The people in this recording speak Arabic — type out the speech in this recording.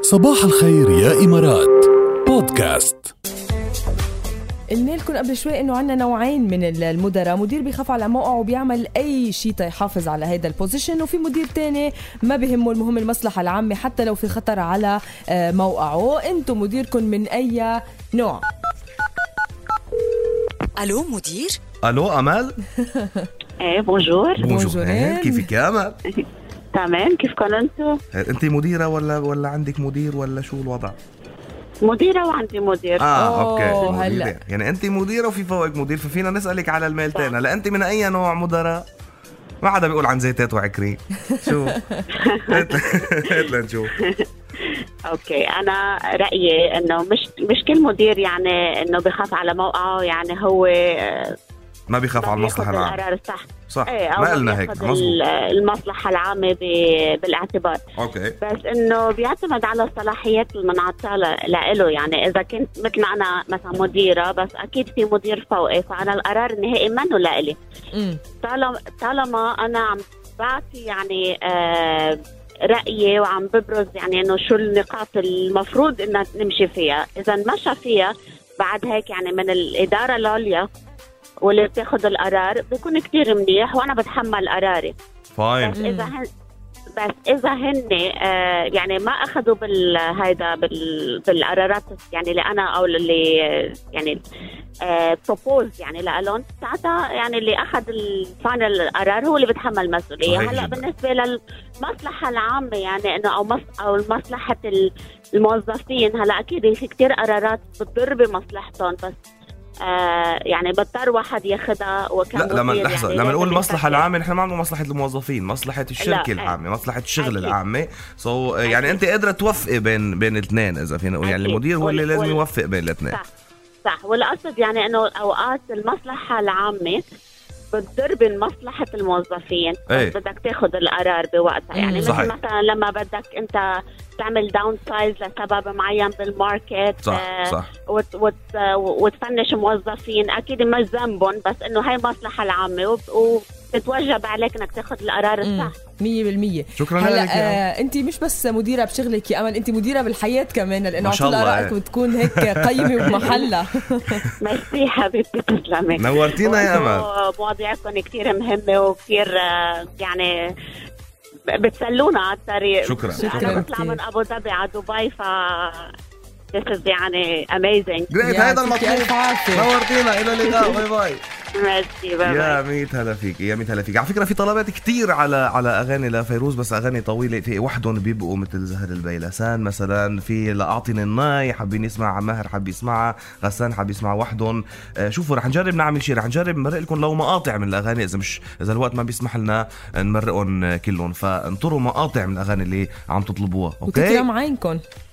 صباح الخير يا إمارات بودكاست. قلنا لكم قبل شوي انه عنا نوعين من المدراء، مدير بيخاف على موقعه وبيعمل اي شيء يحافظ على هيدا البوزيشن، وفي مدير تاني ما بيهمه، المهم المصلحة العامة حتى لو في خطر على موقعه. انتم مديركم من اي نوع؟ الو مدير. الو امل. ايه بونجور. بونجور، كيفك يا امل؟ تمام، كيفكم انتو؟ انت مديرة ولا عندك مدير ولا شو الوضع؟ مديرة وعندي مدير. اوكي هلا مديرة. يعني انت مديرة وفي فوقك مدير، ففينا نسألك على الميل تاني. لا انت من اي نوع مدراء؟ ما حدا بيقول عن زيتات وعكرين. شو هات لنشوف. اوكي، انا رأيي انه مش كل مدير يعني انه بخاف على موقعه، يعني هو ما بيخاف على المصلحة العامة. القرار صح. ايه ما قلنا هيك، مظبوط. المصلحة العامة بالاعتبار. اوكي، بس انه بيعتمد على الصلاحيات المنعطة له. يعني اذا كنت مثل ما انا مثلا مديرة، بس اكيد في مدير فوقي، فانا القرار النهائي منه لإلي. طالما انا عم بعطي يعني رأيي وعم ببرز يعني انه شو النقاط المفروض انها نمشي فيها. اذا مشى فيها بعد هيك يعني من الإدارة العليا واللي بتاخد القرار بيكون كتير منيح، وانا بتحمل قراري. فاين. بس اذا هن يعني ما اخذوا بالقرارات يعني اللي انا او اللي يعني بروبوز يعني لالون، ساعتها يعني اللي اخذ الفاينل القرار هو اللي بتحمل المسؤوليه. هلا بالنسبه للمصلحه العامه يعني انه او مصلحه الموظفين، هلا اكيد في كتير قرارات بتضر بمصلحتهم، بس يعني بضطر واحد ياخدها. لا لما لحظة، يعني لما نقول المصلحة العامة نحن ما بنقول مصلحة الموظفين، مصلحة الشركة العامة، مصلحة الشغل العامة. يعني أنت قادرة توفقي بين الاثنين، إذا فينا نقول يعني المدير هو اللي لازم يوفق بين الاثنين. صح. والقصد يعني إنه أوقات المصلحة العامة بتضر بمصلحة الموظفين. بدك تاخد القرار بوقتها. يعني مثلا لما بدك أنت تعمل داون سايز لسبب معين بالماركت، صح. وتفنش موظفين، أكيد مش ذنبهم، بس إنه هاي مصلحة العامة وتتوجب عليك إنك تاخد القرار الصح 100%. شكرا لك. أنت مش بس مديرة بشغلك يا أمل، أنت مديرة بالحياة كمان، لأنه كل آرائك بتكون هيك قيمة وبمحلها. ميرسي حبيبتي، تسلمي، نورتينا يا أمل. مواضيعكم كتير مهمة وكتير يعني بتسلونا على الطريق. شكرا. أنا بطلع من أبو ظبي على دبي، this is يعني amazing. هذا المطلوب. نورتينا، إلى اللقاء. باي باي. ميرسي، باي. يا ميت هلا فيك، يا ميت هلا فيك. على فكرة في طلبات كتير على أغاني لفيروز، بس أغاني طويلة، في وحدهم بيبقوا مثل زهر البيلسان مثلا، في لأعطيني الناي حابين يسمع، ماهر حاب يسمعها، غسان حاب يسمع وحدهم. شوفوا رح نجرب نعمل شيء، رح نجرب نمرق لكم لو مقاطع من الأغاني، إذا الوقت ما بيسمح لنا نمرقهم كلهم، فانطروا مقاطع من الأغاني اللي عم تطلبوها. أوكي، وتكرم عينكم.